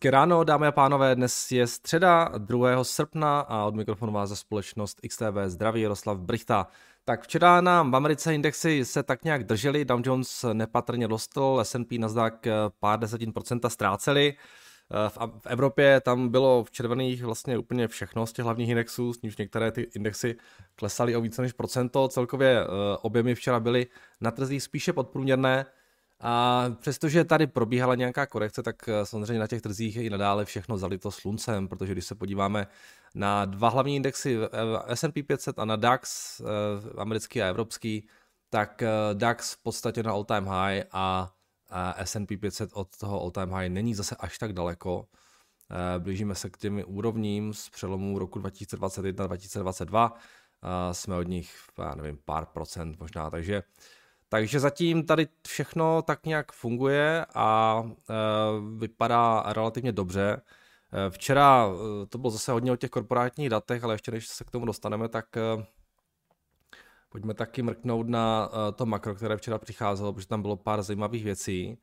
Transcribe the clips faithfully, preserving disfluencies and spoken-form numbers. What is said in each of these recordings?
Hezké ráno, dámy a pánové, dnes je středa druhého srpna a od mikrofonu vás za společnost X T B zdraví Jaroslav Brychta. Tak včera nám v Americe indexy se tak nějak držely, Dow Jones nepatrně rostl, S and P, Nasdaq pár desetin procenta ztráceli. V, v Evropě tam bylo v červených vlastně úplně všechno z těch hlavních indexů, s nímž některé ty indexy klesaly o více než procento. Celkově objemy včera byly na trzích spíše podprůměrné. A přestože tady probíhala nějaká korekce, tak samozřejmě na těch trzích je i nadále všechno zalito sluncem, protože když se podíváme na dva hlavní indexy, S and P pět set a na DAX, americký a evropský, tak DAX v podstatě na all time high a S and P pět set od toho all time high není zase až tak daleko. Blížíme se k těm úrovním z přelomu roku dva tisíce dvacet jedna dva tisíce dvacet dva, jsme od nich, já nevím, pár procent možná, takže Takže zatím tady všechno tak nějak funguje a e, vypadá relativně dobře. E, včera e, to bylo zase hodně o těch korporátních datech, ale ještě než se k tomu dostaneme, tak e, pojďme taky mrknout na e, to makro, které včera přicházelo, protože tam bylo pár zajímavých věcí. E,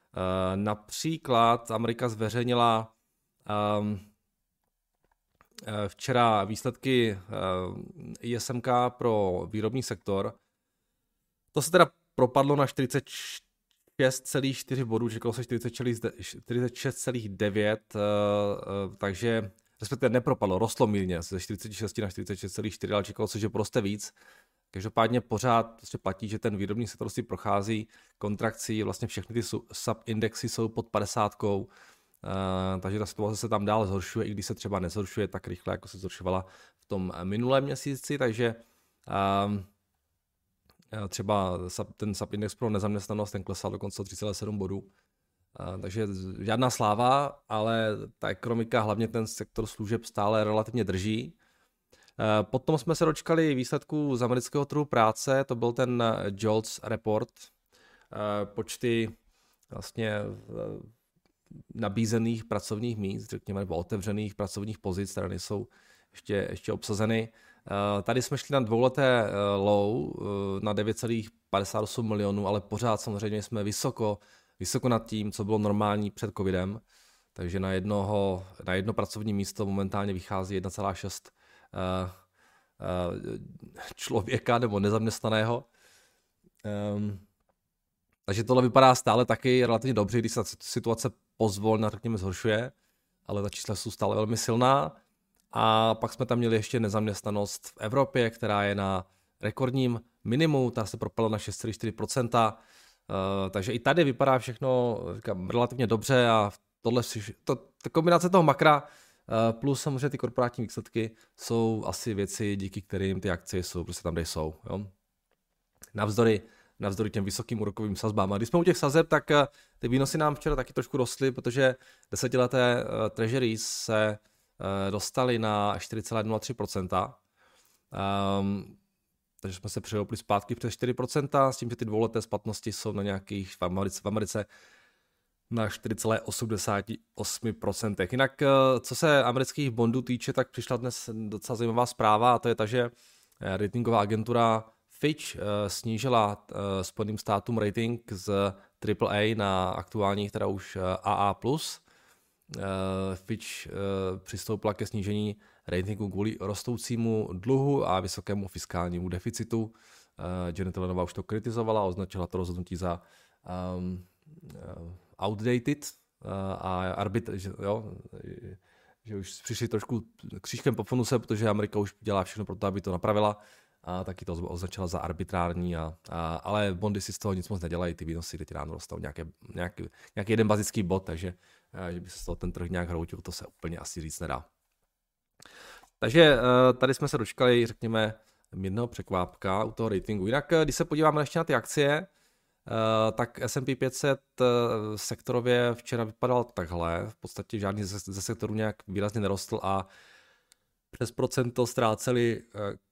například Amerika zveřejnila e, e, včera výsledky e, I S M K pro výrobní sektor. To se teda propadlo na čtyřicet šest celá čtyři bodů, čekalo se čtyřicet šest celá devět, takže respektive nepropadlo, rostlo mírně ze čtyřicet šest na čtyřicet šest celá čtyři, ale čekalo se, že poroste víc. Každopádně pořád prostě platí, že ten výrobní sektor si prochází kontrakcí, vlastně všechny ty subindexy jsou pod padesátkou, takže ta situace se tam dál zhoršuje, i když se třeba nezhoršuje tak rychle, jako se zhoršovala v tom minulém měsíci, takže um, třeba ten subindex pro nezaměstnanost, ten klesal dokonce o tři celá sedm bodů. Takže žádná sláva, ale ta ekonomika, hlavně ten sektor služeb stále relativně drží. Potom jsme se dočkali výsledků z amerického trhu práce, to byl ten JOLTS report. Počty vlastně nabízených pracovních míst, řekněme, nebo otevřených pracovních pozic, které nejsou ještě, ještě obsazeny. Tady jsme šli na dvouleté low na devět celá padesát osm milionů, ale pořád samozřejmě jsme vysoko, vysoko nad tím, co bylo normální před covidem. Takže na, jednoho, na jedno pracovní místo momentálně vychází jedna celá šest člověka nebo nezaměstnaného. Takže tohle vypadá stále taky relativně dobře, když se situace pozvolna, řekněme, zhoršuje, ale ta čísla jsou stále velmi silná. A pak jsme tam měli ještě nezaměstnanost v Evropě, která je na rekordním minimu, ta se propala na šest celá čtyři procenta, uh, takže i tady vypadá všechno, říkám, relativně dobře a tohle, to, ta kombinace toho makra uh, plus samozřejmě ty korporátní výsledky jsou asi věci, díky kterým ty akcie jsou prostě tam, kde jsou. Jo? Navzdory, navzdory těm vysokým úrokovým sazbám. A když jsme u těch sazeb, tak uh, ty výnosy nám včera taky trošku rostly, protože desetileté uh, treasuries se dostali na čtyři celá nula tři procenta, um, takže jsme se přihoupli zpátky přes čtyři procenta, s tím, že ty dvouleté splatnosti jsou na nějakých v Americe, v Americe na čtyři celá osmdesát osm procenta. Jinak, co se amerických bondů týče, tak přišla dnes docela zajímavá zpráva a to je ta, že ratingová agentura Fitch snížila Spojeným státům rating z triple A na aktuálních teda už A A plus. Fitch přistoupila ke snížení ratingu kvůli rostoucímu dluhu a vysokému fiskálnímu deficitu. Janet Yellenová už to kritizovala, označila to rozhodnutí za um, outdated a arbit, že, jo, že už přišli trošku křížkem po funuse, protože Amerika už dělá všechno pro to, aby to napravila, a taky to označila za arbitrární, a, a, ale bondy si z toho nic moc nedělají, ty výnosy teď ráno rostou nějaké, nějaký, nějaký jeden bazický bod, takže že by se z toho ten trh nějak hroutil, to se úplně asi říct nedá. Takže tady jsme se dočkali, řekněme, mírného překvápka u toho ratingu. Jinak, když se podíváme ještě na ty akcie, tak S and P pět set sektorově včera vypadal takhle, v podstatě žádný ze sektorů nějak výrazně nerostl a přes procento ztráceli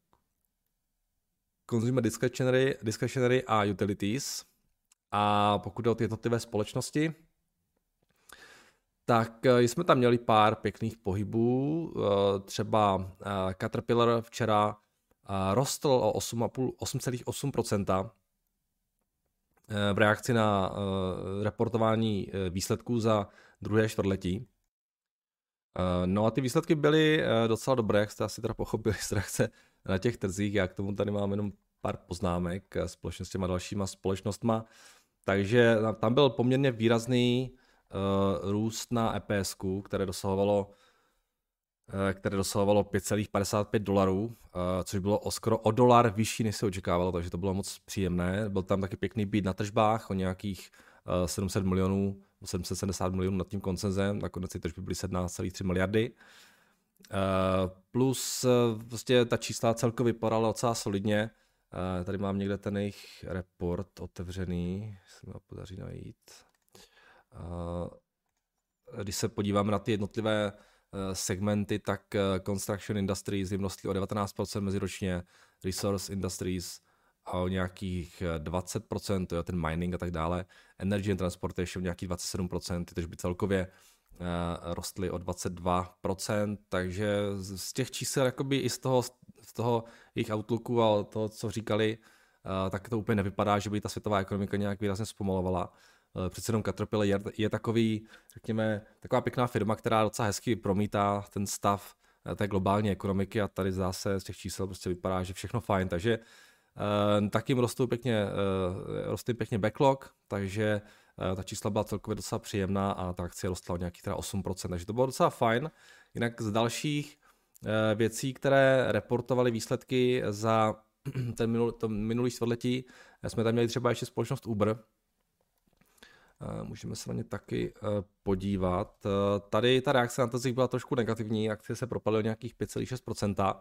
consumer discretionary, discretionary a utilities. A pokud jde o ty jednotlivé společnosti, tak jsme tam měli pár pěkných pohybů, třeba Caterpillar včera rostl o osm celá osm procenta v reakci na reportování výsledků za druhé čtvrtletí. No a ty výsledky byly docela dobré, jak jste asi teda pochopili z reakce na těch trzích. Já k tomu tady mám jenom pár poznámek společně s těma dalšíma společnostma. Takže tam byl poměrně výrazný uh, růst na E P S ku, které dosahovalo, uh, které dosahovalo pět celá padesát pět dolarů, uh, což bylo o skoro o dolar vyšší, než se očekávalo, takže to bylo moc příjemné. Byl tam taky pěkný beat na tržbách o nějakých uh, sedm set milionů, sedm set sedmdesát milionů nad tím koncenzem, nakonec ty tržby byly sedmnáct celá tři miliardy. Uh, plus uh, prostě ta čísla celkově vypadala docela solidně. Uh, tady mám někde ten jejich report otevřený, se mi ho podaří najít. Uh, když se podíváme na ty jednotlivé uh, segmenty, tak uh, Construction Industries jim rostly o devatenáct procent meziročně, Resource Industries a o nějakých dvacet procent, to je ten mining a tak dále, Energy and Transportation nějakých dvacet sedm procent, takže by celkově uh, rostly o dvacet dva procent, takže z těch čísel jakoby i z toho, z toho jejich outlooku a toho, co říkali, uh, tak to úplně nevypadá, že by ta světová ekonomika nějak výrazně zpomalovala. Uh, přece jenom Caterpillar je, je takový, řekněme, taková pěkná firma, která docela hezky promítá ten stav uh, té globální ekonomiky a tady zase z těch čísel prostě vypadá, že všechno fajn, takže Uh, tak jim rostou pěkně, uh, rostl pěkně backlog, takže uh, ta čísla byla celkově docela příjemná a ta akcie rostla o nějakých teda osm procent, takže to bylo docela fajn. Jinak z dalších uh, věcí, které reportovaly výsledky za ten minul, to minulý čtvrtletí, jsme tam měli třeba ještě společnost Uber. Uh, můžeme se na ně taky uh, podívat. Uh, tady ta reakce na to byla trošku negativní, akcie se propadly o nějakých pět celá šest procenta.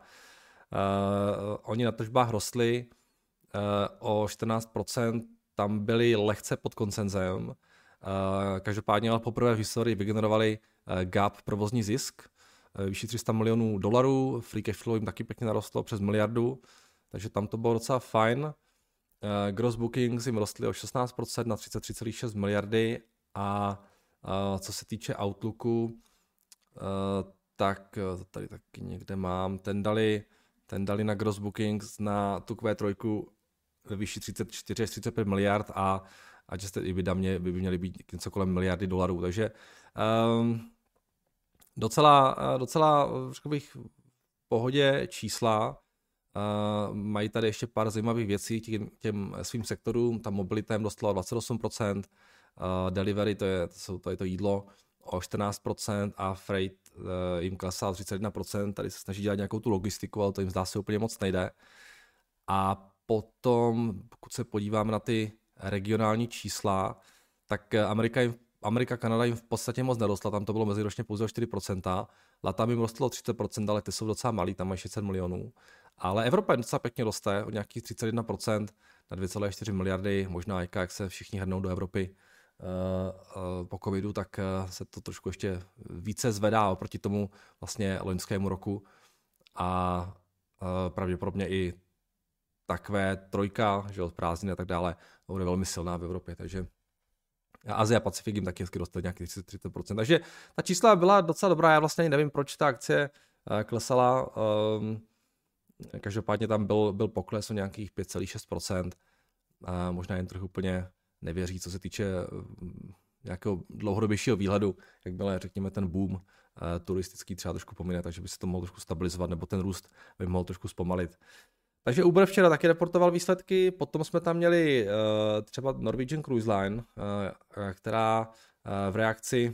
Uh, oni na tržbách rostli uh, o čtrnáct procent, tam byli lehce pod koncenzem. Uh, každopádně ale poprvé v historii vygenerovali uh, gap provozní zisk, uh, vyšší tři sta milionů dolarů, free cash flow jim taky pěkně narostlo přes miliardu, takže tam to bylo docela fajn. Uh, gross bookings jim rostly o šestnáct procent na třicet tři celá šest miliardy a uh, co se týče outlooku, uh, tak tady taky někde mám, ten dali Ten dali na gross bookings na tu Q tři ve výši třicet čtyři až třicet pět miliard a adjusted EBITDA mě, by měly být něco kolem miliardy dolarů. Takže um, docela, docela řekl bych, v pohodě čísla. Uh, mají tady ještě pár zajímavých věcí těm, těm svým sektorům. Ta mobilita jim dostala o dvacet osm procent, uh, delivery, to je to, to je to jídlo, o čtrnáct procent a freight uh, jim klesá o třicet jedna procent, tady se snaží dělat nějakou tu logistiku, ale to jim zdá se úplně moc nejde. A potom, pokud se podíváme na ty regionální čísla, tak Amerika, jim, Amerika Kanada jim v podstatě moc nerostla, tam to bylo meziročně pouze o čtyři procenta, Latam jim rostlo o třicet procent, ale ty jsou docela malý, tam mají šest set milionů. Ale Evropa docela pěkně roste o nějakých třicet jedna procent na dvě celá čtyři miliardy, možná jak se všichni hrnou do Evropy po covidu, tak se to trošku ještě více zvedá oproti tomu vlastně loňskému roku a pravděpodobně i takové trojka, že od prázdniny a tak dále, bude velmi silná v Evropě, takže Asia Pacifik jim taky hezky roste nějakých třicet procent, takže ta čísla byla docela dobrá, já vlastně nevím, proč ta akcie klesala, každopádně tam byl, byl pokles o nějakých pět celá šest procent, možná jen trochu úplně nevěří, co se týče nějakého dlouhodobějšího výhledu, jak byl, řekněme, ten boom uh, turistický třeba trošku pomine, takže by se to mohlo trošku stabilizovat, nebo ten růst by mohl trošku zpomalit. Takže Uber včera taky reportoval výsledky, potom jsme tam měli uh, třeba Norwegian Cruise Line, uh, která uh, v reakci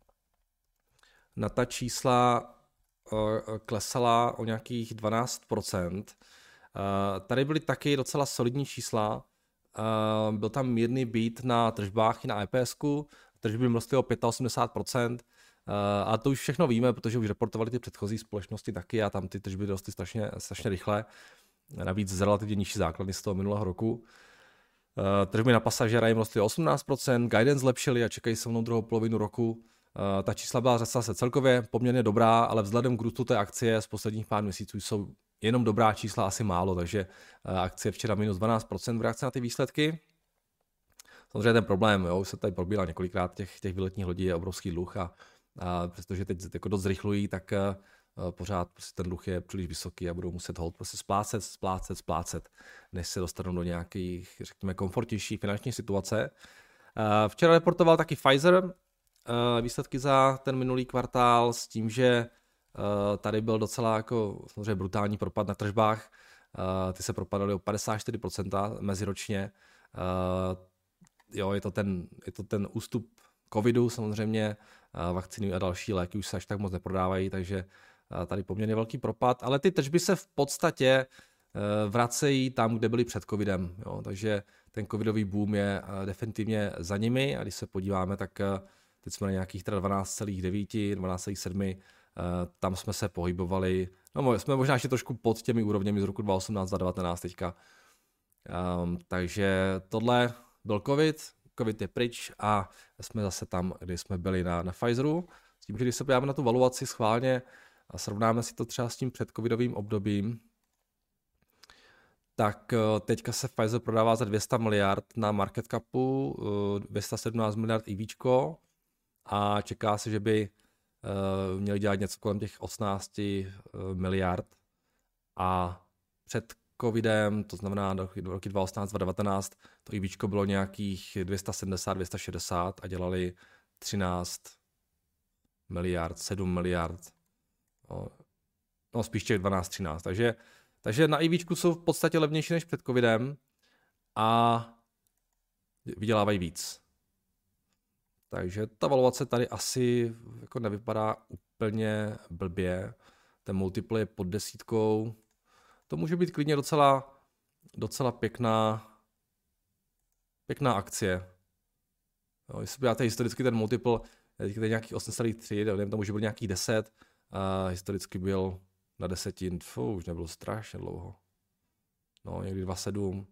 na ta čísla uh, klesala o nějakých dvanáct procent. Uh, tady byly taky docela solidní čísla, Uh, byl tam mírný beat na tržbách i na E P S ku, tržby rostly o osmdesát pět procent, uh, a to už všechno víme, protože už reportovali ty předchozí společnosti taky a tam ty tržby rostly strašně, strašně rychle, navíc z relativně nižší základny z toho minulého roku. Uh, tržby na pasažéra jim rostly o osmnáct procent, guidance zlepšili a čekají se mnou druhou polovinu roku. Uh, ta čísla byla zase celkově poměrně dobrá, ale vzhledem k růstu té akcie z posledních pár měsíců jsou jenom dobrá čísla asi málo, takže akcie včera minus dvanáct procent v reakci na ty výsledky. Samozřejmě ten problém, jo, už se tady probíral několikrát těch, těch výletních lodí, je obrovský dluh a, a přestože teď jako dost zrychlují, tak a, pořád prostě ten dluh je příliš vysoký a budou muset hold prostě splácet, splácet, splácet, než se dostanou do nějakých, řekněme, komfortnější finanční situace. A včera reportoval taky Pfizer výsledky za ten minulý kvartál s tím, že tady byl docela jako samozřejmě brutální propad na tržbách. Ty se propadaly o padesát čtyři procent meziročně. Jo, je to ten, je to ten ústup covidu samozřejmě, vakcíny a další léky už se až tak moc neprodávají, takže tady poměrně velký propad, ale ty tržby se v podstatě vracejí tam, kde byly před covidem, jo, takže ten covidový boom je definitivně za nimi a když se podíváme, tak teď jsme na nějakých teda dvanáct celá devět, dvanáct celá sedm, tam jsme se pohybovali, no jsme možná ještě trošku pod těmi úrovněmi z roku dva tisíce osmnáct a dva tisíce devatenáct teďka, um, takže tohle byl covid, covid je pryč a jsme zase tam, kde jsme byli na, na Pfizeru. S tím, že když se podíváme na tu valuaci schválně a srovnáme si to třeba s tím předcovidovým obdobím, tak teďka se Pfizer prodává za dvě stě miliard na market capu, dvě stě sedmnáct miliard IVčko a čeká se, že by měli dělat něco kolem těch osmnáct miliard a před covidem, to znamená do roky dva tisíce osmnáct dva tisíce devatenáct, to IVčko bylo nějakých dvě stě sedmdesát dvě stě šedesát a dělali třináct miliard, sedm miliard, no, no spíš těch dvanáct třináct, takže, takže na IVčku jsou v podstatě levnější než před covidem a vydělávají víc. Takže ta valuace tady asi jako nevypadá úplně blbě, ten multiple je pod desítkou, to může být klidně docela, docela pěkná, pěkná akcie. Jo, jestli podíváte historicky ten multiple, teď je nějakých osm celá tři, nevím, tam může být nějakých deset, a historicky byl na desetin, fů, už nebylo strašně dlouho. No, někdy dva celá sedm.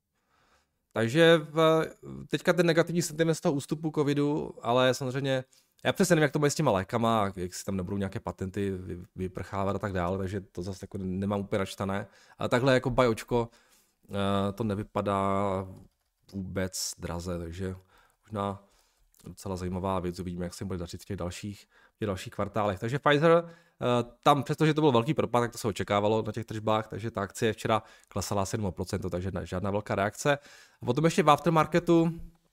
Takže v, teďka ten negativní sentiment z toho ústupu covidu, ale samozřejmě, já přesně nevím, jak to bude s těma lékama, jak si tam nebudou nějaké patenty vyprchávat a tak dále, takže to zase jako nemám úplně načtané. Ale takhle jako bajočko to nevypadá vůbec draze, takže možná docela zajímavá věc, uvidíme, jak se jim bude dařit v těch dalších, v těch dalších kvartálech. Takže Pfizer, tam přestože to byl velký propad, tak to se očekávalo na těch tržbách, takže ta akcie včera klesala sedm procent, takže žádná velká reakce. A potom ještě v aftermarketu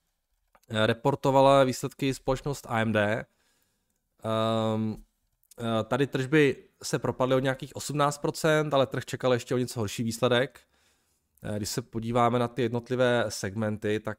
reportovala výsledky společnost A M D. Um, tady tržby se propadly o nějakých osmnáct procent, ale trh čekal ještě o něco horší výsledek. Když se podíváme na ty jednotlivé segmenty, tak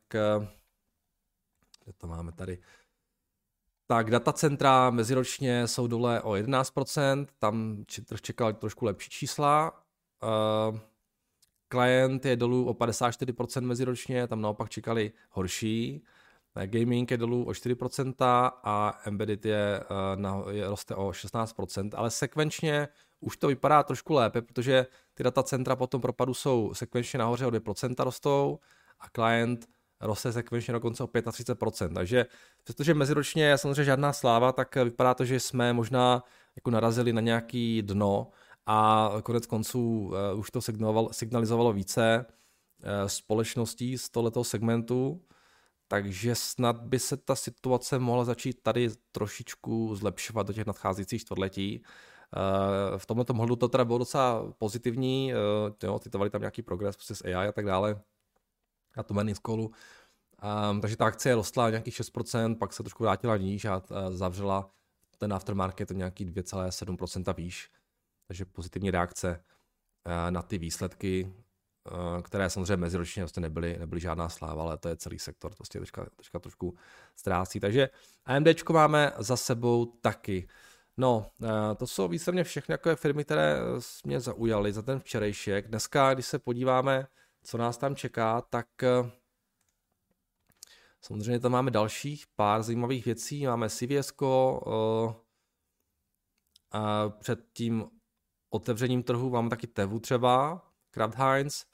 kde to máme tady? Tak datacentra meziročně jsou dole o jedenáct procent, tam trh čekal trošku lepší čísla. Uh, Client je dolů o padesát čtyři procent meziročně, tam naopak čekali horší. Gaming je dolů o čtyři procenta a Embedded je, uh, na, je roste o šestnáct procent, ale sekvenčně už to vypadá trošku lépe, protože ty datacentra po tom propadu jsou sekvenčně nahoře o dvě procenta rostou a Client roste sekvenčně dokonce o třicet pět procent, takže přestože meziročně je samozřejmě žádná sláva, tak vypadá to, že jsme možná jako narazili na nějaký dno a konec konců uh, už to signalizovalo více uh, společností z tohoto segmentu, takže snad by se ta situace mohla začít tady trošičku zlepšovat do těch nadcházejících čtvrtletí. Uh, v tomto hledu to teda bylo docela pozitivní, uh, jo, tytovali tam nějaký progres prostě s A I a tak dále, na tom earnings callu. Um, takže ta akcie rostla nějakých šest procent, pak se trošku vrátila níž a uh, zavřela ten aftermarket o nějaký dvě celá sedm procenta výš. Takže pozitivní reakce uh, na ty výsledky, uh, které samozřejmě meziročně vlastně nebyly, nebyly žádná sláva, ale to je celý sektor, to vlastně teďka, teďka trošku ztrácí. Takže AMDčko máme za sebou taky. No, uh, to jsou výsledně všechny takové firmy, které mě zaujaly za ten včerejšek. Dneska, když se podíváme, co nás tam čeká, tak uh, samozřejmě tam máme dalších pár zajímavých věcí. Máme C V S ko, uh, a před tím otevřením trhu máme taky Tevu třeba, Kraft Heinz,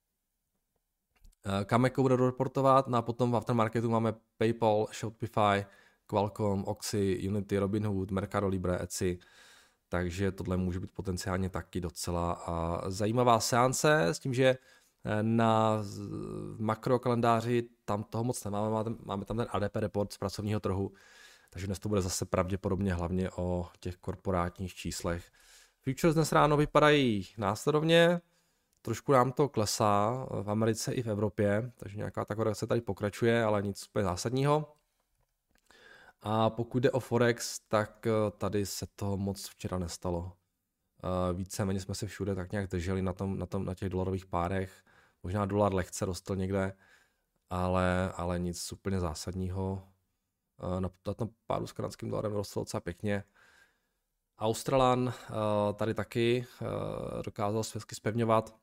uh, Cameco bude reportovat, no a potom v aftermarketu máme PayPal, Shopify, Qualcomm, Oxy, Unity, Robinhood, Mercado Libre, Etsy, takže tohle může být potenciálně taky docela uh, zajímavá seance s tím, že na makrokalendáři tam toho moc nemáme, máme tam ten A D P report z pracovního trhu, takže dnes to bude zase pravděpodobně hlavně o těch korporátních číslech. Futures dnes ráno vypadají následovně, trošku nám to klesá v Americe i v Evropě, takže nějaká ta korekce tady pokračuje, ale nic úplně zásadního. A pokud jde o Forex, tak tady se toho moc včera nestalo. Víceméně jsme se všude tak nějak drželi na, tom, na, tom, na těch dolarových párech. Možná dolar lehce rostl někde, ale, ale nic úplně zásadního. Na, na tom páru s kanadským dolarem rostl docela pěkně. Australan tady taky dokázal svěsky zpevňovat.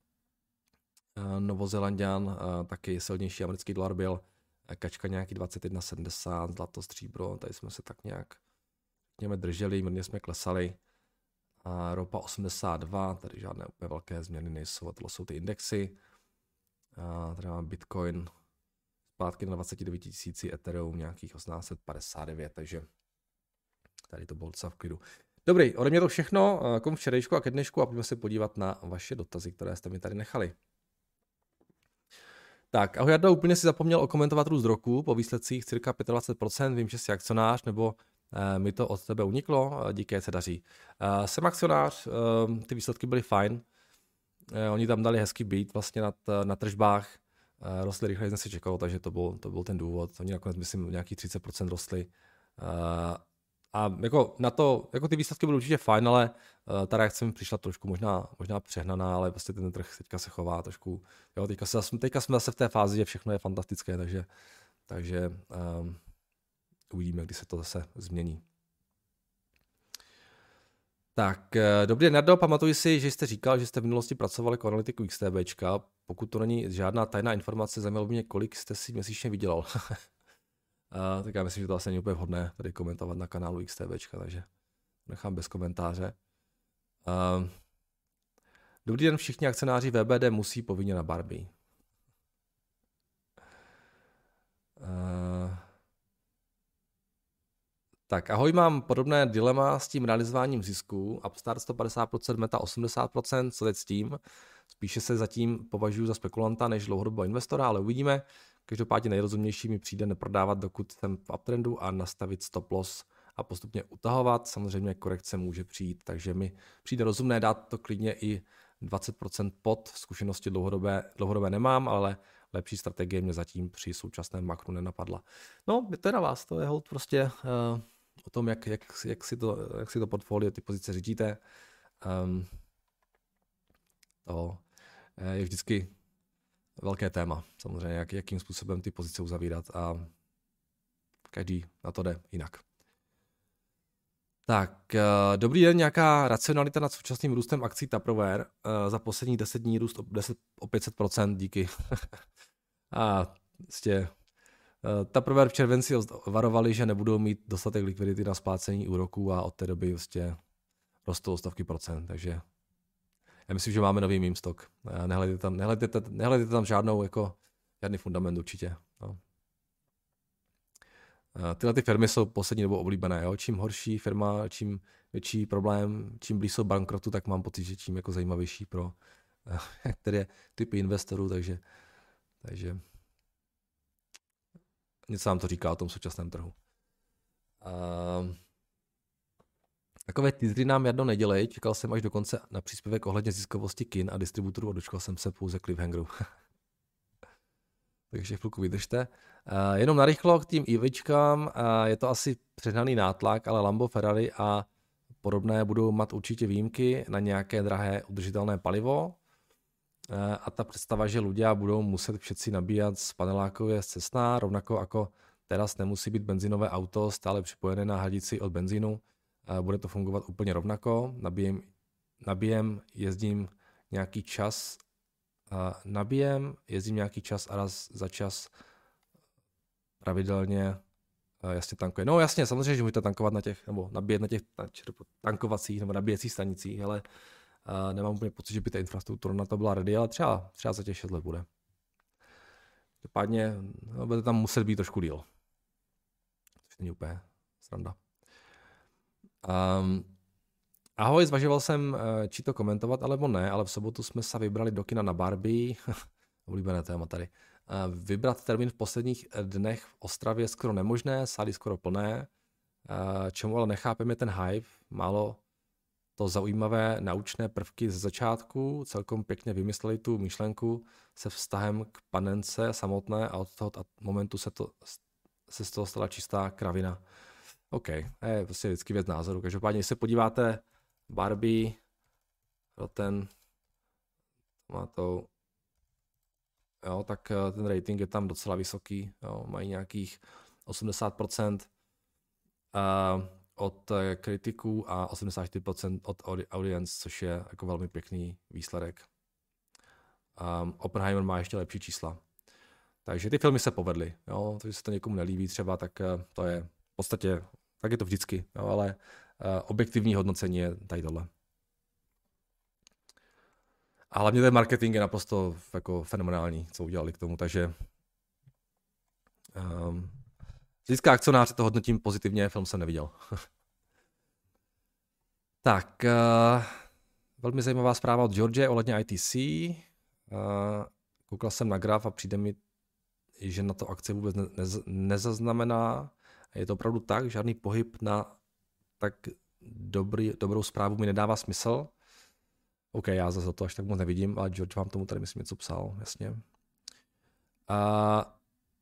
Novozélanďan taky silnější americký dolar byl. Kačka nějaký dvacet jedna sedmdesát, zlato, stříbro, tady jsme se tak nějak řekněme, drželi, mírně jsme klesali. A ropa osmdesát dva, tady žádné úplně velké změny nejsou, a tohle jsou ty indexy. A tady mám Bitcoin zpátky na dvacet devět tisíc, Ethereum nějakých osmnáct set padesát devět, takže tady to bylo docela v klidu. Dobrý, ode mě to všechno, k včerejšku a ke dnešku a pojďme se podívat na vaše dotazy, které jste mi tady nechali. Tak, ahoj Jarda, úplně si zapomněl okomentovat růst roku, po výsledcích cirka dvacet pět procent, vím, že jsi akcionář, nebo eh, mi to od tebe uniklo, díky, se daří. Eh, jsem akcionář, eh, ty výsledky byly fajn, eh, oni tam dali hezký beat vlastně na, na tržbách, eh, rostly rychleji, než se čekalo, takže to byl, to byl ten důvod, oni nakonec myslím nějaký třicet procent rostly. Eh, a jako na to, jako ty výsledky byly určitě fajn, ale uh, ta reakce mi přišla trošku možná, možná přehnaná, ale prostě ten trh teďka se chová trošku, jo, teďka, se, teďka jsme zase v té fázi, že všechno je fantastické, takže, takže um, uvidíme, kdy se to zase změní. Tak, dobrý den, Nardo, pamatuji si, že jste říkal, že jste v minulosti pracovali jako analytiku XTBčka, pokud to není žádná tajná informace, zajímalo by mě, kolik jste si měsíčně vydělal. Uh, tak já myslím, že to asi není úplně vhodné tady komentovat na kanálu XTBčka, takže nechám bez komentáře. Uh, dobrý den, všichni akcionáři V B D musí povinně na Barbie. Uh, tak ahoj, mám podobné dilema s tím realizováním zisku. Upstart sto padesát procent, Meta osmdesát procent, co teď s tím? Spíše se zatím považuji za spekulanta než dlouhodobého investora, ale uvidíme. Každopádně nejrozumnější mi přijde neprodávat, dokud jsem v uptrendu a nastavit stop loss a postupně utahovat. Samozřejmě korekce může přijít, takže mi přijde rozumné dát to klidně i dvacet procent pod. Zkušenosti dlouhodobé, dlouhodobé nemám, ale lepší strategie mě zatím při současném makru nenapadla. No, to je na vás, to je hold prostě uh, o tom, jak, jak, jak, si to, jak si to portfolio, ty pozice řídíte. Um, to je vždycky velké téma, samozřejmě, jak, jakým způsobem ty pozice uzavírat a každý na to jde jinak. Tak, dobrý den, nějaká racionalita nad současným růstem akcí Tupperware. Za posledních deset dní růst o pět set procent, díky. A prostě Tupperware v červenci varovali, že nebudou mít dostatek likvidity na splácení úroků a od té doby prostě rostou stovky procent, takže já myslím, že máme nový meme stock. Nehledejte tam, nehledejte, nehledejte tam žádnou, jako, žádný fundament určitě. No. Tyhle ty firmy jsou poslední dobou oblíbené. Jo? Čím horší firma, čím větší problém, čím blíž jsou bankrotu, tak mám pocit, že čím jako zajímavější pro některé typy investorů, takže, takže něco nám to říká o tom současném trhu. Um, Takové teasery nám jednou nedělej, čekal jsem až do konce na příspěvek ohledně ziskovosti kin a distributorů a dočkal jsem se pouze cliffhangeru. Takže chvilku vydržte. Uh, jenom narychlo k tím EVčkám, uh, je to asi přehnaný nátlak, ale Lambo, Ferrari a podobné budou mít určitě výjimky na nějaké drahé udržitelné palivo. Uh, a ta představa, že ľudia budou muset všetci nabíjat z panelákov je cestná, rovnako jako teraz nemusí být benzínové auto stále připojené na hadici od benzínu. Bude to fungovat úplně rovnako. Nabíjem, nabíjem jezdím nějaký čas, nabíjem, jezdím nějaký čas a raz za čas pravidelně jasně tankuje. No jasně, samozřejmě, že můžete tankovat na těch, nebo nabíjet na těch tankovacích nebo nabíjecích stanicích, ale nemám úplně pocit, že by ta infrastruktura na to byla ready, ale třeba, třeba za těch šest let bude. Dopadně no, bude tam muset být trošku díl. Což není úplně sranda. Um, ahoj, zvažoval jsem, či to komentovat, alebo ne, ale v sobotu jsme se vybrali do kina na Barbie, oblíbené téma tady. Uh, vybrat termín v posledních dnech v Ostravě je skoro nemožné, sály skoro plné, uh, čemu ale nechápeme ten hype, málo to zaujímavé naučné prvky ze začátku, celkom pěkně vymysleli tu myšlenku se vztahem k panence samotné a od toho momentu se to se z toho stala čistá kravina. OK, to je prostě vždycky věc názoru. Každopádně, když se podíváte Barbie, ten má to, jo, tak ten rating je tam docela vysoký, jo, mají nějakých osmdesát procent uh, od kritiků a osmdesát čtyři procent od audience, což je jako velmi pěkný výsledek. Um, Oppenheimer má ještě lepší čísla. Takže ty filmy se povedly, jo, to, když se to někomu nelíbí třeba, tak uh, to je v podstatě, tak je to vždycky, jo, ale uh, objektivní hodnocení je tady tohle. A hlavně ten marketing je naprosto jako fenomenální, co udělali k tomu, takže um, z hlediska akcionáře to hodnotím pozitivně, film jsem neviděl. Tak, uh, velmi zajímavá zpráva od George ohledně I T C. Uh, koukal jsem na graf a přijde mi, že na to akce vůbec ne- nez- nezaznamená. Je to opravdu tak, žádný pohyb na tak dobrý, dobrou zprávu mi nedává smysl. OK, já zase to až tak moc nevidím, ale George vám tomu tady myslím něco psal, jasně. A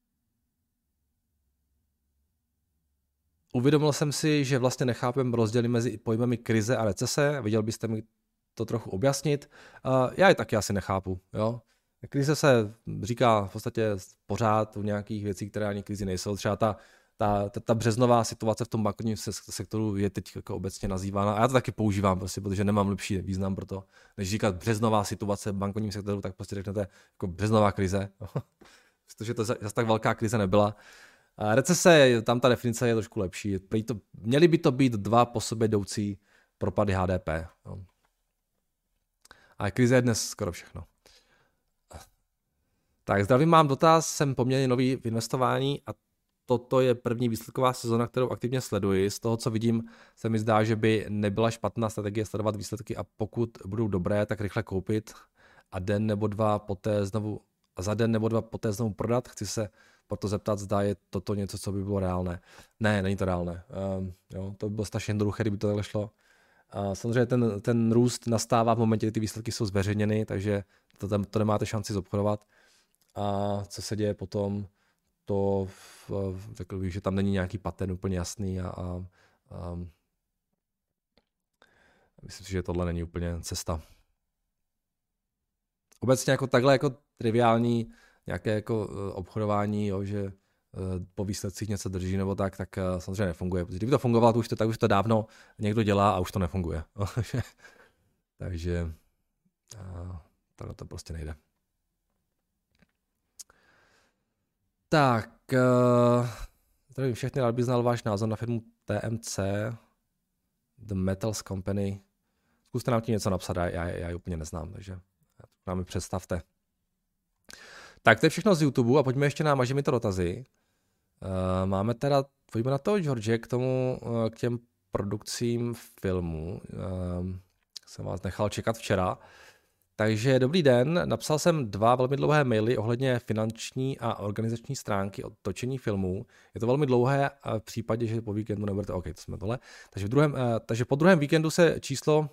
uvědomil jsem si, že vlastně nechápem rozdíly mezi pojmemi krize a recese. Viděl byste mi to trochu objasnit. Uh, já je taky asi nechápu. Jo? Krize se říká v podstatě pořád u nějakých věcí, které ani krizi nejsou. Třeba ta, ta, ta, ta březnová situace v tom bankovním sektoru je teď jako obecně nazývána. A já to taky používám, prostě, protože nemám lepší význam pro to. Než říkat březnová situace v bankovním sektoru, tak prostě řeknete jako březnová krize. Protože to zase tak velká krize nebyla. A recese, tam ta definice je trošku lepší. To, měly by to být dva po sobě jdoucí propady H D P. No. A krize je dnes skoro všechno. Tak, zdravím, mám dotaz, jsem poměrně nový v investování a toto je první výsledková sezona, kterou aktivně sleduji. Z toho, co vidím, se mi zdá, že by nebyla špatná strategie sledovat výsledky a pokud budou dobré, tak rychle koupit a den nebo dva poté znovu, za den nebo dva poté znovu prodat. Chci se proto zeptat, zda je toto něco, co by bylo reálné. Ne, není to reálné. Um, jo, to by bylo strašně jednoduché, kdyby to takhle šlo. Uh, samozřejmě ten, ten růst nastává v momentě, kdy ty výsledky jsou zveřejněny, takže to, tam, to nemáte šanci zobchodovat. A co se děje potom, to řekl bych, že tam není nějaký pattern úplně jasný a, a, a myslím si, že tohle není úplně cesta. Obecně jako takhle jako triviální nějaké jako obchodování, jo, že po výsledcích něco drží nebo tak, tak samozřejmě nefunguje. Protože kdyby to fungovalo, tak už to, tak už to dávno někdo dělá a už to nefunguje. Takže tohle to prostě nejde. Tak, uh, zdravím všechny, rád bych znal váš názor na firmu T M C, The Metals Company. Zkuste nám tím něco napsat, já, já, já ji úplně neznám, takže nám ji představte. Tak to je všechno z YouTube a pojďme ještě na Maži mi to dotazy. Uh, máme teda, pojďme na to, George, k tomu, uh, k těm produkcím filmů. Uh, jsem vás nechal čekat včera. Takže dobrý den, napsal jsem dva velmi dlouhé maily ohledně finanční a organizační stránky od točení filmů. Je to velmi dlouhé v případě, že po víkendu nebudete, OK, to jsme dole. Takže, v druhém, takže po druhém víkendu se číslo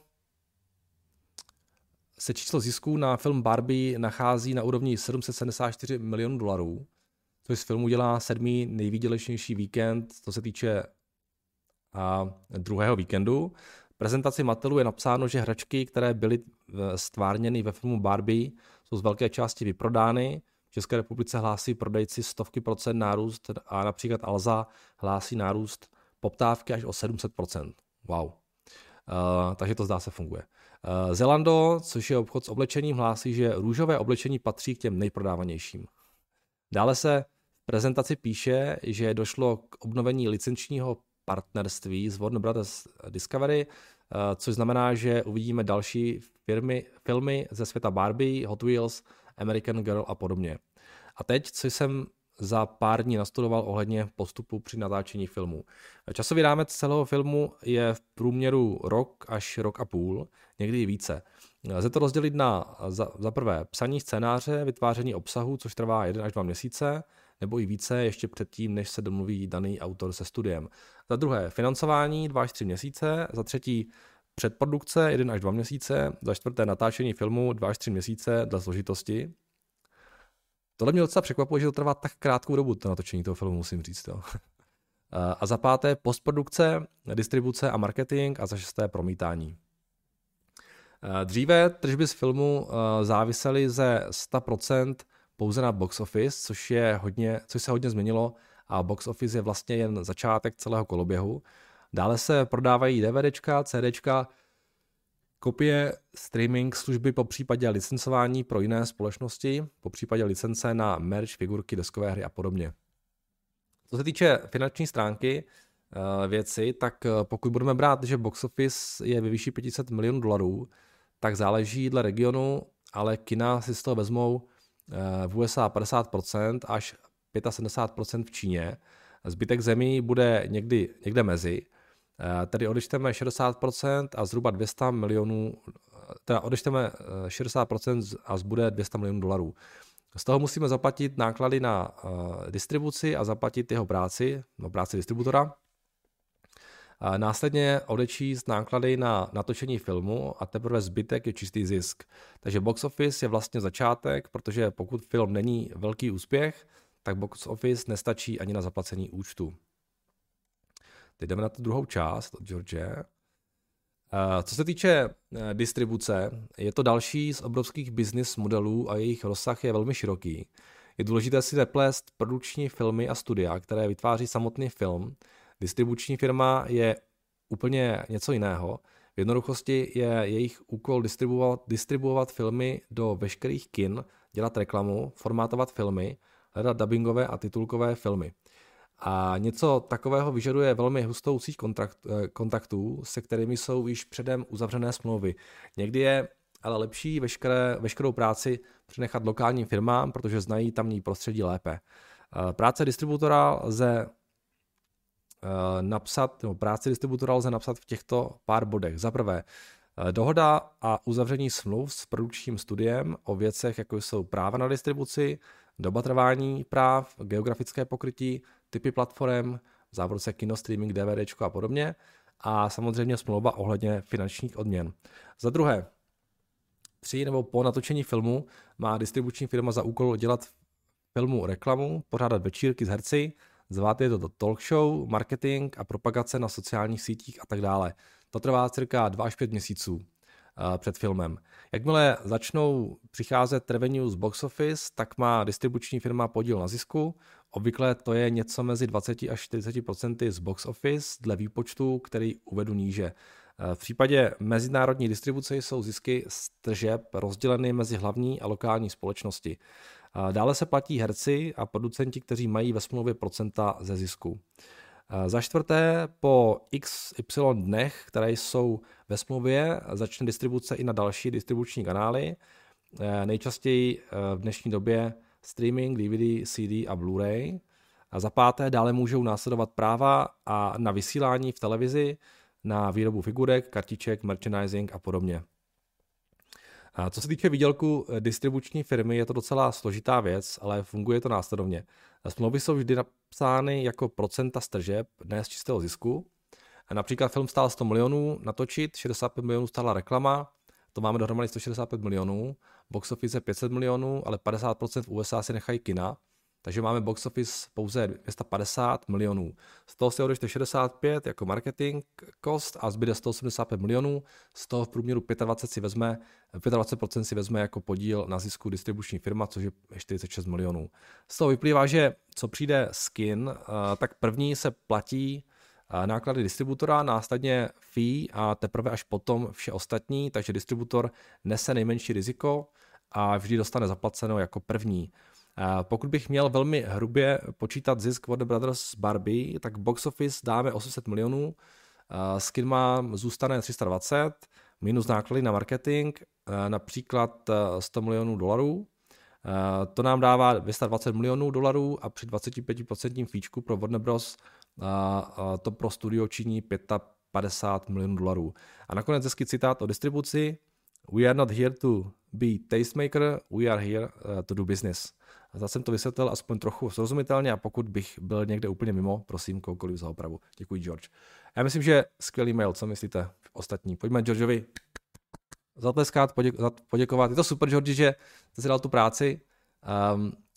se číslo zisků na film Barbie nachází na úrovni sedm set sedmdesát čtyři milionů dolarů, což z filmu dělá sedmý nejvýdělečnější víkend, co se týče a druhého víkendu. V prezentaci Mattelu je napsáno, že hračky, které byly stvárněny ve filmu Barbie, jsou z velké části vyprodány. V České republice hlásí prodejci stovky procent nárůst a například Alza hlásí nárůst poptávky až o sedm set procent. Wow. Uh, takže to zdá se funguje. Uh, Zalando, což je obchod s oblečením, hlásí, že růžové oblečení patří k těm nejprodávanějším. Dále se v prezentaci píše, že došlo k obnovení licenčního partnerství s Warner Brothers Discovery, což znamená, že uvidíme další firmy, filmy ze světa Barbie, Hot Wheels, American Girl a podobně. A teď, co jsem za pár dní nastudoval ohledně postupu při natáčení filmu. Časový rámec celého filmu je v průměru rok až rok a půl, někdy i více. Lze to rozdělit na za, za prvé psaní scénáře, vytváření obsahu, což trvá jeden až dva měsíce, nebo i více ještě předtím, než se domluví daný autor se studiem. Za druhé financování dva až tři měsíce, za třetí předprodukce jeden až dva měsíce, za čtvrté natáčení filmu dva až tři měsíce dle složitosti. Tohle mě docela překvapuje, že to trvá tak krátkou dobu, to natočení toho filmu, musím říct. Jo. A za páté postprodukce, distribuce a marketing a za šesté promítání. Dříve tržby z filmu závisely ze sto procent pouze na box office, což, je hodně, což se hodně změnilo a box office je vlastně jen začátek celého koloběhu. Dále se prodávají DVDčka, CDčka, kopie, streaming, služby po případě licencování pro jiné společnosti, po případě licence na merch, figurky, deskové hry a podobně. Co se týče finanční stránky věci, tak pokud budeme brát, že box office je ve výši pět set milionů dolarů, tak záleží dle regionu, ale kina si z toho vezmou v U S A padesát procent až sedmdesát pět procent v Číně. Zbytek zemí bude někdy, někde mezi. Tedy odečteme šedesát procent a zhruba dvě stě milionů, teda odečteme šedesát procent a zbude dvě stě milionů dolarů. Z toho musíme zaplatit náklady na uh, distribuci a zaplatit jeho práci, no práci distributora. A následně odečíst náklady na natočení filmu a teprve zbytek je čistý zisk. Takže box office je vlastně začátek, protože pokud film není velký úspěch, tak box office nestačí ani na zaplacení účtu. Teď jdeme na tu druhou část od George. Co se týče distribuce, je to další z obrovských business modelů a jejich rozsah je velmi široký. Je důležité si neplést produkční filmy a studia, které vytváří samotný film. Distribuční firma je úplně něco jiného. V jednoduchosti je jejich úkol distribuovat, distribuovat filmy do veškerých kin, dělat reklamu, formátovat filmy, hledat dubbingové a titulkové filmy. A něco takového vyžaduje velmi hustou síť kontrakt, kontaktů, se kterými jsou již předem uzavřené smlouvy. Někdy je ale lepší veškeré, veškerou práci přenechat lokálním firmám, protože znají tamní prostředí lépe. Práce distributora lze napsat, nebo práci distributora lze napsat v těchto pár bodech. Za prvé, dohoda a uzavření smluv s produkčním studiem o věcech, jako jsou práva na distribuci, doba trvání práv, geografické pokrytí, typy platform, v závorce kino, streaming, DVDčko a podobně a samozřejmě smlouva ohledně finančních odměn. Za druhé, při nebo po natočení filmu má distribuční firma za úkol dělat filmu reklamu, pořádat večírky s herci, zvát je do talk show, marketing a propagace na sociálních sítích a tak dále. To trvá cirka dva až pět měsíců před filmem. Jakmile začnou přicházet revenue z box office, tak má distribuční firma podíl na zisku. Obvykle to je něco mezi dvacet až čtyřicet procent z box office dle výpočtu, který uvedu níže. V případě mezinárodní distribuce jsou zisky z tržeb rozděleny mezi hlavní a lokální společnosti. Dále se platí herci a producenti, kteří mají ve smlouvě procenta ze zisku. Za čtvrté, po X Y dnech, které jsou ve smlouvě, začne distribuce i na další distribuční kanály. Nejčastěji v dnešní době streaming, D V D, C D a Blu-ray. A za páté, dále můžou následovat práva a na vysílání v televizi, na výrobu figurek, kartiček, merchandising a podobně. A co se týče výdělku distribuční firmy, je to docela složitá věc, ale funguje to následovně. Smlouvy jsou vždy napsány jako procenta z tržeb, ne z čistého zisku. A například film stál sto milionů natočit, šedesát pět milionů stála reklama, to máme dohromady sto šedesát pět milionů, box office je pět set milionů, ale padesát procent v U S A si nechají kina, takže máme box office pouze dvě stě padesát milionů. Z toho si odečte šedesát pět jako marketing cost a zbyde sto osmdesát pět milionů, z toho v průměru dvacet pět si vezme, dvacet pět procent si vezme jako podíl na zisku distribuční firma, což je čtyřicet šest milionů. Z toho vyplývá, že co přijde z kin, tak první se platí náklady distributora, následně fee a teprve až potom vše ostatní, takže distributor nese nejmenší riziko a vždy dostane zaplaceno jako první. Pokud bych měl velmi hrubě počítat zisk Warner Brothers Barbie, tak box office dáme osm set milionů, skin má zůstane tři sta dvacet, minus náklady na marketing, například sto milionů dolarů. To nám dává dvě stě dvacet milionů dolarů a při dvacet pět procent fíčku pro Warner Bros. To pro studio činí padesát pět milionů dolarů. A nakonec hezký citát o distribuci. We are not here to be tastemaker, we are here to do business. A zase jsem to vysvětlil aspoň trochu srozumitelně a pokud bych byl někde úplně mimo, prosím kohokoliv za opravu. Děkuji, George. Já myslím, že skvělý mail, co myslíte ostatní? Pojďme Georgeovi zatleskat, poděk- poděkovat. Je to super, George, že jsi si dal tu práci. Um,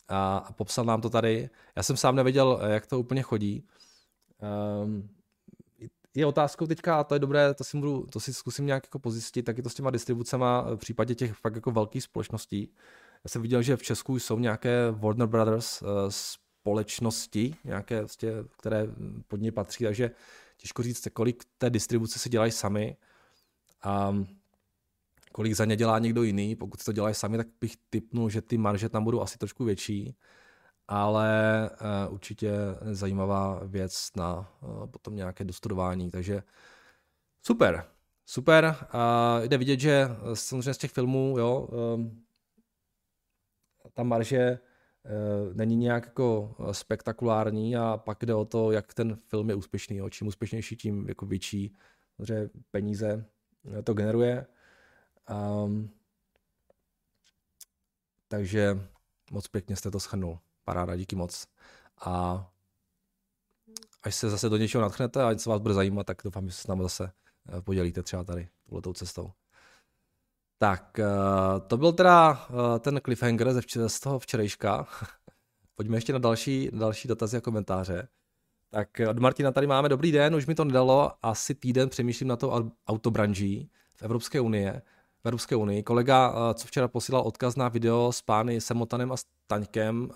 a popsal nám to tady. Já jsem sám nevěděl, jak to úplně chodí. Um, je otázkou teďka, a to je dobré, to si, budu, to si zkusím nějak jako pozjistit, tak je to s těma distribucema v případě těch fakt jako velkých společností. Já jsem viděl, že v Česku jsou nějaké Warner Brothers uh, společnosti, nějaké, vlastně, které pod ně patří, takže těžko říct, kolik té distribuce si dělají sami a kolik za ně dělá někdo jiný. Pokud to dělají sami, tak bych tipnul, že ty marže tam budou asi trošku větší, ale uh, určitě zajímavá věc na uh, potom nějaké dostudování, takže super, super. Uh, jde vidět, že samozřejmě z těch filmů, jo, um, ta marže uh, není nějak jako spektakulární a pak jde o to, jak ten film je úspěšný. Jo. Čím úspěšnější, tím jako větší peníze to generuje. Um, takže moc pěkně jste to shrnul. Paráda, díky moc. A až se zase do něčeho natchnete a něco vás bude zajímat, tak doufám, že se s námi zase podělíte třeba tady touhletou cestou. Tak, to byl teda ten cliffhanger ze včera, z toho včerejška. Pojďme ještě na další, další dotazy a komentáře. Tak od Martina tady máme dobrý den, už mi to nedalo, asi týden přemýšlím na to autobranží v Evropské unie. V Evropské unii. Kolega, co včera posílal odkaz na video s pány Semotanem a Staňkem,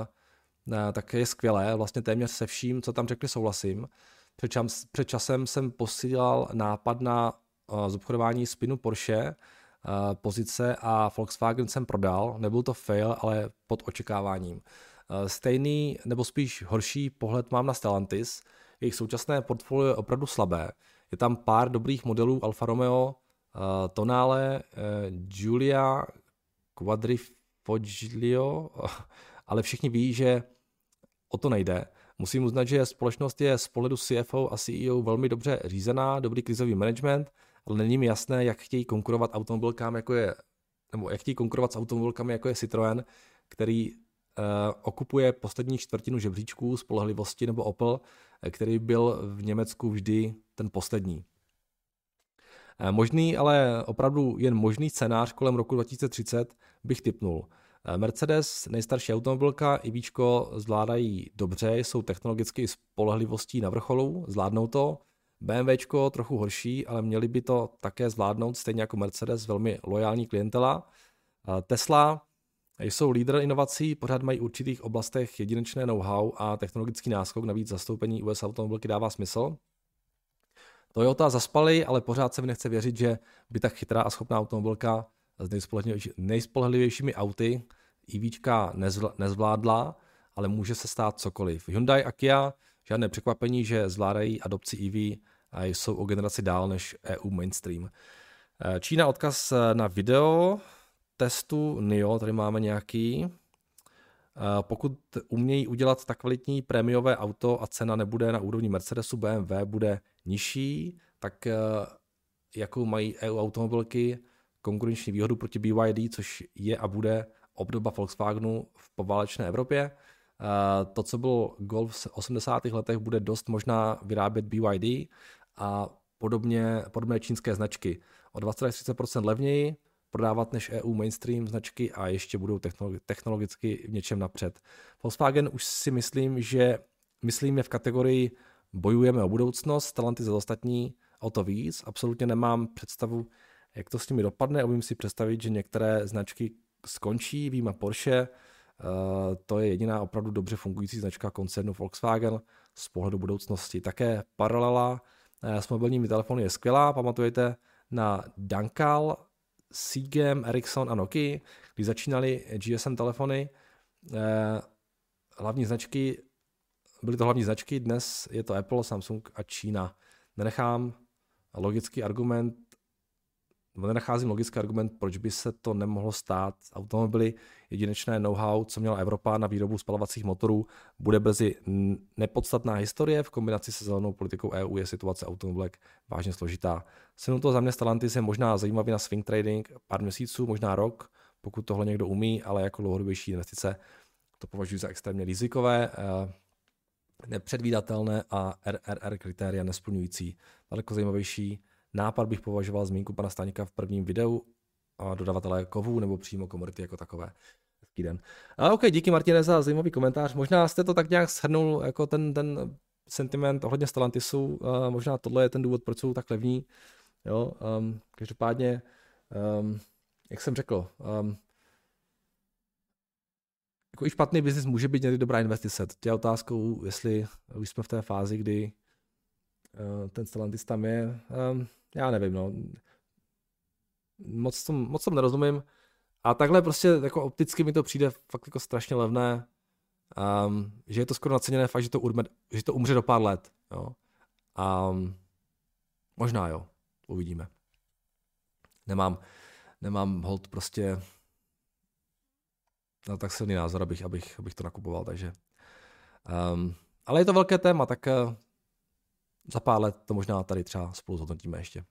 tak je skvělé, vlastně téměř se vším, co tam řekli, souhlasím. Před, čas, před časem jsem posílal nápad na zobchodování spinu Porsche, pozice a Volkswagen jsem prodal, nebyl to fail, ale pod očekáváním. Stejný nebo spíš horší pohled mám na Stellantis, jejich současné portfolio je opravdu slabé. Je tam pár dobrých modelů Alfa Romeo, Uh, Tonale, uh, Giulia, Quadrifoglio, uh, ale všichni ví, že o to nejde. Musím uznat, že společnost je z pohledu C F O a C E O velmi dobře řízená, dobrý krizový management, ale není mi jasné, jak chtějí konkurovat automobilkám, jako je, nebo jak chtějí konkurovat s automobilkami, jako je Citroën, který uh, okupuje poslední čtvrtinu žebříčků spolehlivosti, nebo Opel, který byl v Německu vždy ten poslední. Možný, ale opravdu jen možný scénář kolem roku dva tisíce třicet bych tipnul. Mercedes, nejstarší automobilka, IVčko zvládají dobře, jsou technologicky spolehlivostí na vrcholu, zvládnou to. BMWčko trochu horší, ale měli by to také zvládnout, stejně jako Mercedes, velmi lojální klientela. Tesla jsou lídr inovací, pořád mají v určitých oblastech jedinečné know-how a technologický náskok, navíc zastoupení U S automobilky dává smysl. Toyota zaspali, ale pořád se mi nechce věřit, že by tak chytrá a schopná automobilka s nejspolehlivějšími auty IVčka nezvládla, ale může se stát cokoliv. Hyundai a Kia, žádné překvapení, že zvládají adopci E V a jsou o generaci dál než E U mainstream. Čína, odkaz na video testu N I O, tady máme nějaký. Pokud umějí udělat tak kvalitní prémiové auto a cena nebude na úrovni Mercedesu, B M W bude nižší, tak jakou mají E U automobilky konkurenční výhodu proti B Y D, což je a bude obdoba Volkswagenu v poválečné Evropě. To, co byl Golf v osmdesátých letech, bude dost možná vyrábět B Y D a podobně, podobné čínské značky. O dvacet až třicet procent levněji prodávat než E U mainstream značky a ještě budou technologicky v něčem napřed. Volkswagen už si myslím, že myslíme v kategorii bojujeme o budoucnost, Stellantis za ostatní o to víc. Absolutně nemám představu, jak to s nimi dopadne. Umím si představit, že některé značky skončí, výjima Porsche. To je jediná opravdu dobře fungující značka koncernu Volkswagen z pohledu budoucnosti. Také paralela s mobilními telefony je skvělá. Pamatujete na Dankal, Seagam, Ericsson a Nokia, když začínaly G S M telefony. Hlavní značky, byly to hlavní značky, dnes je to Apple, Samsung a Čína. Nenechám logický argument, nenacházím logický argument, proč by se to nemohlo stát. Automobily, jedinečné know-how, co měla Evropa na výrobu spalovacích motorů, bude brzy nepodstatná historie. V kombinaci se zelenou politikou E U je situace automobilek vážně složitá. Cenu toho za mě Stellantis je možná zajímavý na swing trading, pár měsíců, možná rok, pokud tohle někdo umí, ale jako dlouhodobější investice to považuji za extrémně rizikové, nepředvídatelné a R R R kritéria nesplňující. Daleko zajímavější nápad bych považoval zmínku pana Staňka v prvním videu a dodavatele kovů nebo přímo komodity jako takové. hezký den. A OK, díky Martine za zajímavý komentář. Možná jste to tak nějak shrnul, jako ten, ten sentiment ohledně Stellantisu. Uh, možná tohle je ten důvod, proč jsou tak levní. Jo, um, každopádně, um, jak jsem řekl, um, jako i špatný biznis může být někdy dobrá investice. Teď je otázkou, jestli už jsme v té fázi, kdy uh, ten Stellantis tam je. Um, já nevím, no. Moc tom, moc tom nerozumím. A takhle prostě jako opticky mi to přijde fakt jako strašně levné, um, že je to skoro naceněné fakt, že to, urme, že to umře do pár let. Jo. Um, možná jo, uvidíme. Nemám, nemám hold prostě na tak silný názor, abych, abych, abych to nakupoval, takže. Um, ale je to velké téma, tak uh, za pár let to možná tady třeba spolu zhodnotíme ještě.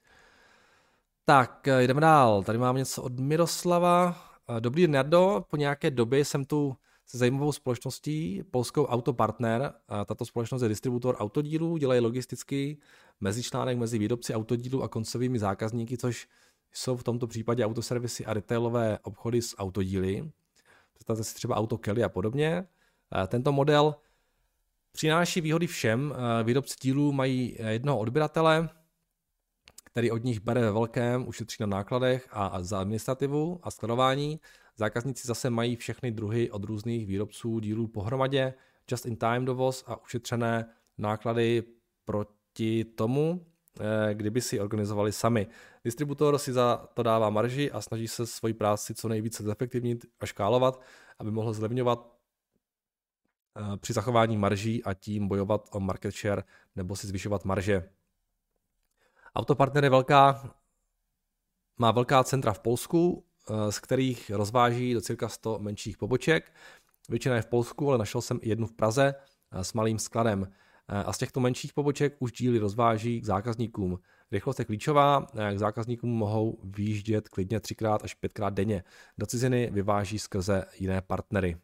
Tak, jdeme dál. Tady mám něco od Miroslava. Dobrý den, Jardo. Po nějaké době jsem tu se zajímavou společností, polskou Autopartner. Tato společnost je distributor autodílů, dělají logistický mezičlánek mezi výrobci autodílů a koncovými zákazníky, což jsou v tomto případě autoservisy a retailové obchody s autodíly. Představte si třeba Auto Kelly a podobně. Tento model přináší výhody všem. Výrobci dílů mají jednoho odběratele, který od nich bere ve velkém, ušetří na nákladech a za administrativu a skladování. Zákazníci zase mají všechny druhy od různých výrobců dílů pohromadě, just-in-time dovoz a ušetřené náklady proti tomu, kdyby si organizovali sami. Distributor si za to dává marži a snaží se svoji práci co nejvíce zefektivnit a škálovat, aby mohl zlevňovat při zachování marží a tím bojovat o market share nebo si zvyšovat marže. Autopartner je velká, má velká centra v Polsku, z kterých rozváží do cirka sto menších poboček. Většina je v Polsku, ale našel jsem i jednu v Praze s malým skladem. A z těchto menších poboček už díly rozváží k zákazníkům. Rychlost je klíčová, k zákazníkům mohou výjíždět klidně třikrát až pětkrát denně. Do ciziny vyváží skrze jiné partnery.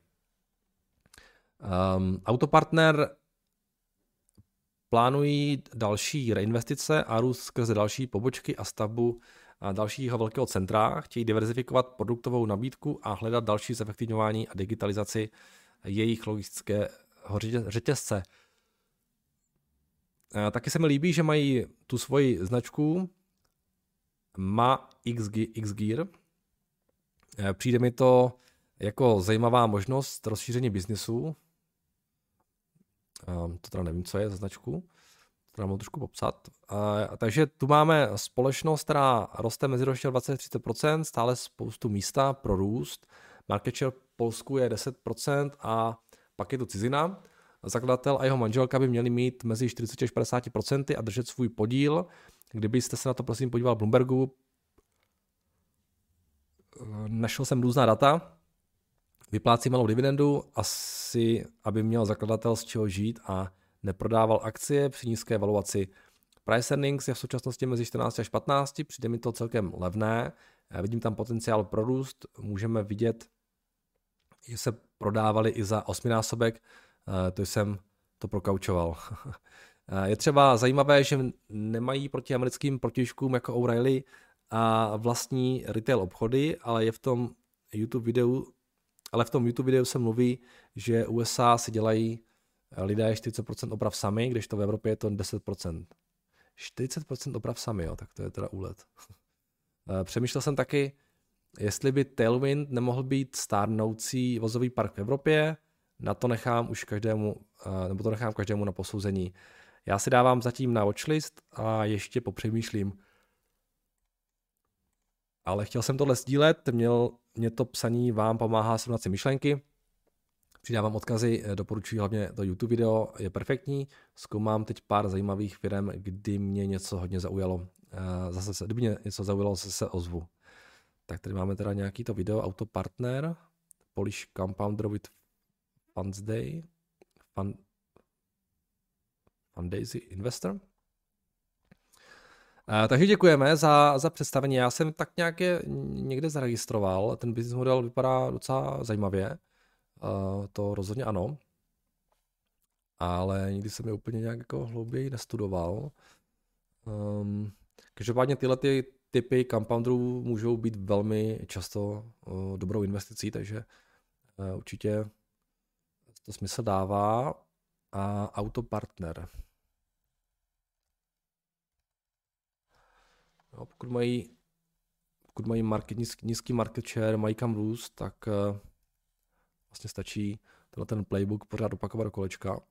Um, Autopartner plánují další reinvestice a růst skrze další pobočky a stavbu dalšího velkého centra. Chtějí diverzifikovat produktovou nabídku a hledat další zefektivňování a digitalizaci jejich logistického řetězce. Taky se mi líbí, že mají tu svoji značku M A X Gear. Přijde mi to jako zajímavá možnost rozšíření biznisu. To teda nevím, co je za značku. To nám trošku popsat. A, takže tu máme společnost, která roste meziročně dvacet až třicet procent, stále spoustu místa pro růst. Market share v Polsku je deset procent a pak je to cizina. Zakladatel a jeho manželka by měli mít mezi čtyřicet až padesát procent a držet svůj podíl. Kdybyste se na to prosím podíval v Bloombergu, našel jsem různá data. Vyplácí malou dividendu, asi aby měl zakladatel z čeho žít a neprodával akcie při nízké valuaci. Price earnings je v současnosti mezi čtrnáct až patnáct, přijde mi to celkem levné. Já vidím tam potenciál pro růst, můžeme vidět, že se prodávali i za osminásobek, to jsem to prokaučoval. Je třeba zajímavé, že nemají proti americkým protižkům jako O'Reilly a vlastní retail obchody, ale je v tom YouTube videu Ale v tom YouTube videu se mluví, že U S A si dělají lidé čtyřicet procent oprav sami, když to v Evropě je to deset procent. čtyřicet procent oprav sami, jo, tak to je teda úlet. Přemýšlel jsem taky, jestli by Tailwind nemohl být stárnoucí vozový park v Evropě, na to nechám už každému, nebo to nechám každému na posouzení. Já si dávám zatím na watchlist a ještě popřemýšlím. Ale chtěl jsem tohle sdílet, měl, mě to psaní vám pomáhá srovnat si myšlenky. Přidávám odkazy, doporučuji hlavně to YouTube video, je perfektní. Zkoumám teď pár zajímavých firm, kdy mě něco hodně zaujalo. Zase se, kdyby mě něco zaujalo, zase se ozvu. Tak tady máme teda nějaký to video, Autopartner, Polish Compounder with Fundsday, Fund, Fundaisy Investor. Uh, takže děkujeme za, za představení. Já jsem tak nějak je někde zaregistroval. Ten business model vypadá docela zajímavě. Uh, to rozhodně ano. Ale nikdy jsem je úplně nějak jako hlouběji nestudoval. Um, každopádně tyhle ty typy compounderů můžou být velmi často uh, dobrou investicí, takže určitě to smysl dává. A Autopartner. No, pokud mají, pokud mají market, nízký, nízký market share, mají kam růst, tak uh, vlastně stačí tenhle ten playbook pořád opakovat do kolečka.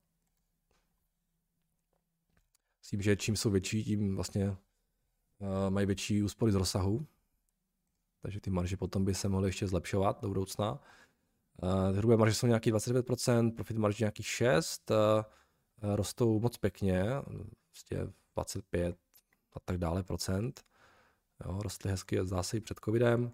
S tím, že čím jsou větší, tím vlastně uh, mají větší úspory z rozsahu. Takže ty marže potom by se mohly ještě zlepšovat do budoucna. Uh, hrubé marže jsou nějaký dvacet devět procent, profit marže nějakých šest procent, uh, rostou moc pěkně, vlastně dvacet pět a tak dále procent. Jo, rostly hezky, zdá se i před covidem.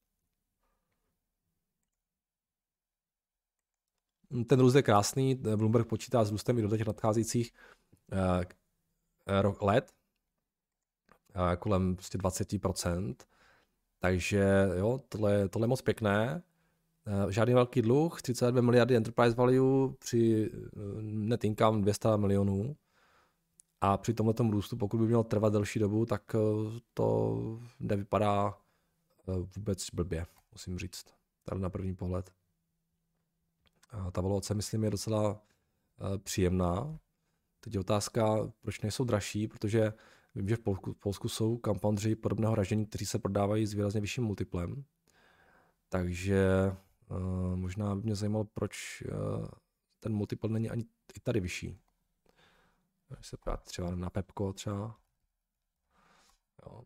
Ten růst je krásný, Bloomberg počítá s růstem i do těch nadcházejících uh, let, uh, kolem prostě dvacet procent. Takže jo, tohle, tohle je moc pěkné. Uh, žádný velký dluh, třicet dvě miliardy enterprise value při net income dvě stě milionů. A při tomhletom růstu, pokud by měl trvat delší dobu, tak to nevypadá vůbec blbě, musím říct. Tady na první pohled. A ta valuace, myslím, je docela příjemná. Teď je otázka, proč nejsou dražší, protože vím, že v Polsku, v Polsku jsou compoundři podobného ražení, kteří se prodávají s výrazně vyšším multiplem. Takže uh, možná by mě zajímalo, proč uh, ten multipl není ani i tady vyšší. Když se podívat třeba na Pepco třeba. Jo.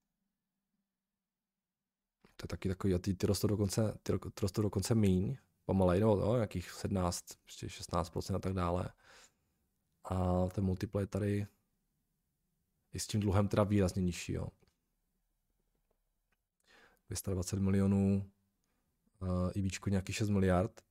To je taky takový, a ty, ty rostou dokonce, ty rostou dokonce míň, pomalej, no, no, nějakých sedmnáct, šestnáct procent a tak dále. A ten multiple je tady i s tím dluhem teda výrazně nižší, jo. dvě stě dvacet milionů, uh, IBčko nějakých šest miliard.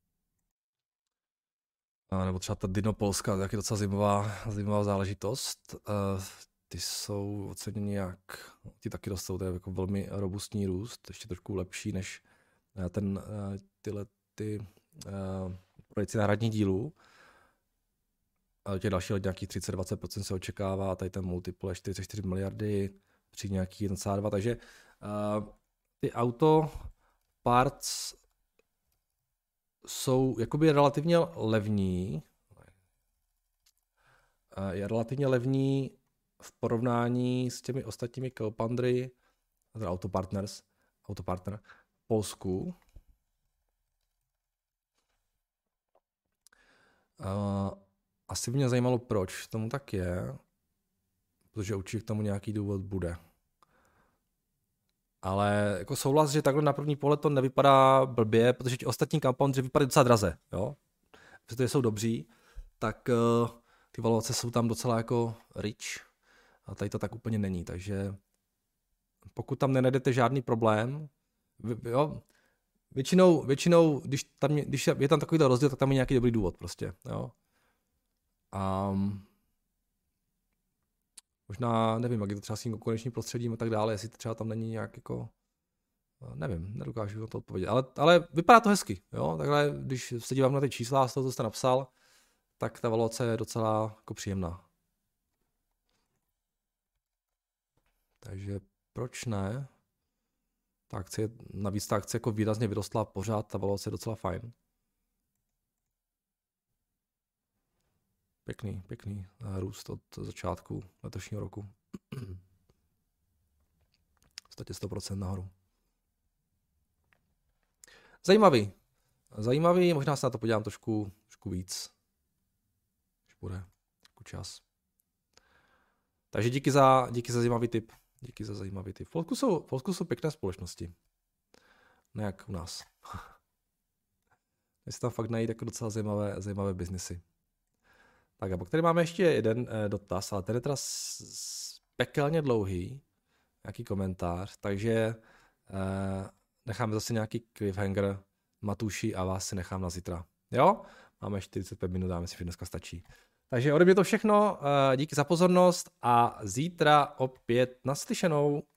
A nebo třeba ta Dino Polska, tak je docela zajímavá, zajímavá záležitost. Uh, ty jsou oceněni jak, ty taky rostou, to je jako velmi robustní růst, ještě trošku lepší než ten, uh, tyhle ty uh, prodejci náhradních dílů. A těch další let nějakých třicet až dvacet procent se očekává, a tady ten multiple je čtyřicet čtyři miliardy, při nějakých jedna celá dva, takže uh, ty auto parts jsou jakoby relativně levní, je relativně levní v porovnání s těmi ostatními compoundry, teda Autopartners, Autopartner v Polsku. Uh, asi by mě zajímalo, proč tomu tak je, protože určitě k tomu nějaký důvod bude. Ale jako souhlas, že takhle na první pohled to nevypadá blbě, protože ti ostatní compoundři vypadají docela draze, jo. Protože jsou dobří, tak uh, ty valuace jsou tam docela jako rich a tady to tak úplně není, takže pokud tam nenajdete žádný problém, jo, většinou, většinou když, tam je, když je tam takovýhle rozdíl, tak tam je nějaký dobrý důvod prostě, jo. Um, možná, nevím, jak je to třeba s tím konkurenčním prostředím a tak dále, jestli to třeba tam není nějak jako, nevím, nedokážu na to odpovědět, ale, ale vypadá to hezky, jo, takhle, když se dívám na ty čísla z toho, co jste napsal, tak ta valuace je docela jako příjemná. Takže proč ne? Ta akce, navíc ta akce jako výrazně vyrostla pořád, ta valuace je docela fajn. Pěkný, pěkný růst od začátku letošního roku. V podstatě sto procent nahoru. Zajímavý. Zajímavý, možná se na to podívám trošku, trošku víc. Když bude trošku čas. Takže díky za, díky za zajímavý tip. Díky za zajímavý tip. V Polsku jsou, v Polsku jsou pěkné společnosti. Ne jak u nás. Dnes tam fakt najít jako docela zajímavé, zajímavé biznesy. Tak a pak tady máme ještě jeden eh, dotaz, ale ten je teda s, s pekelně dlouhý, nějaký komentář, takže eh, necháme zase nějaký cliffhanger Matuši a vás si nechám na zítra. Jo? Máme čtyřicet pět minut, dáme si, že dneska stačí. Takže ode mě to všechno, eh, díky za pozornost a zítra opět naslyšenou.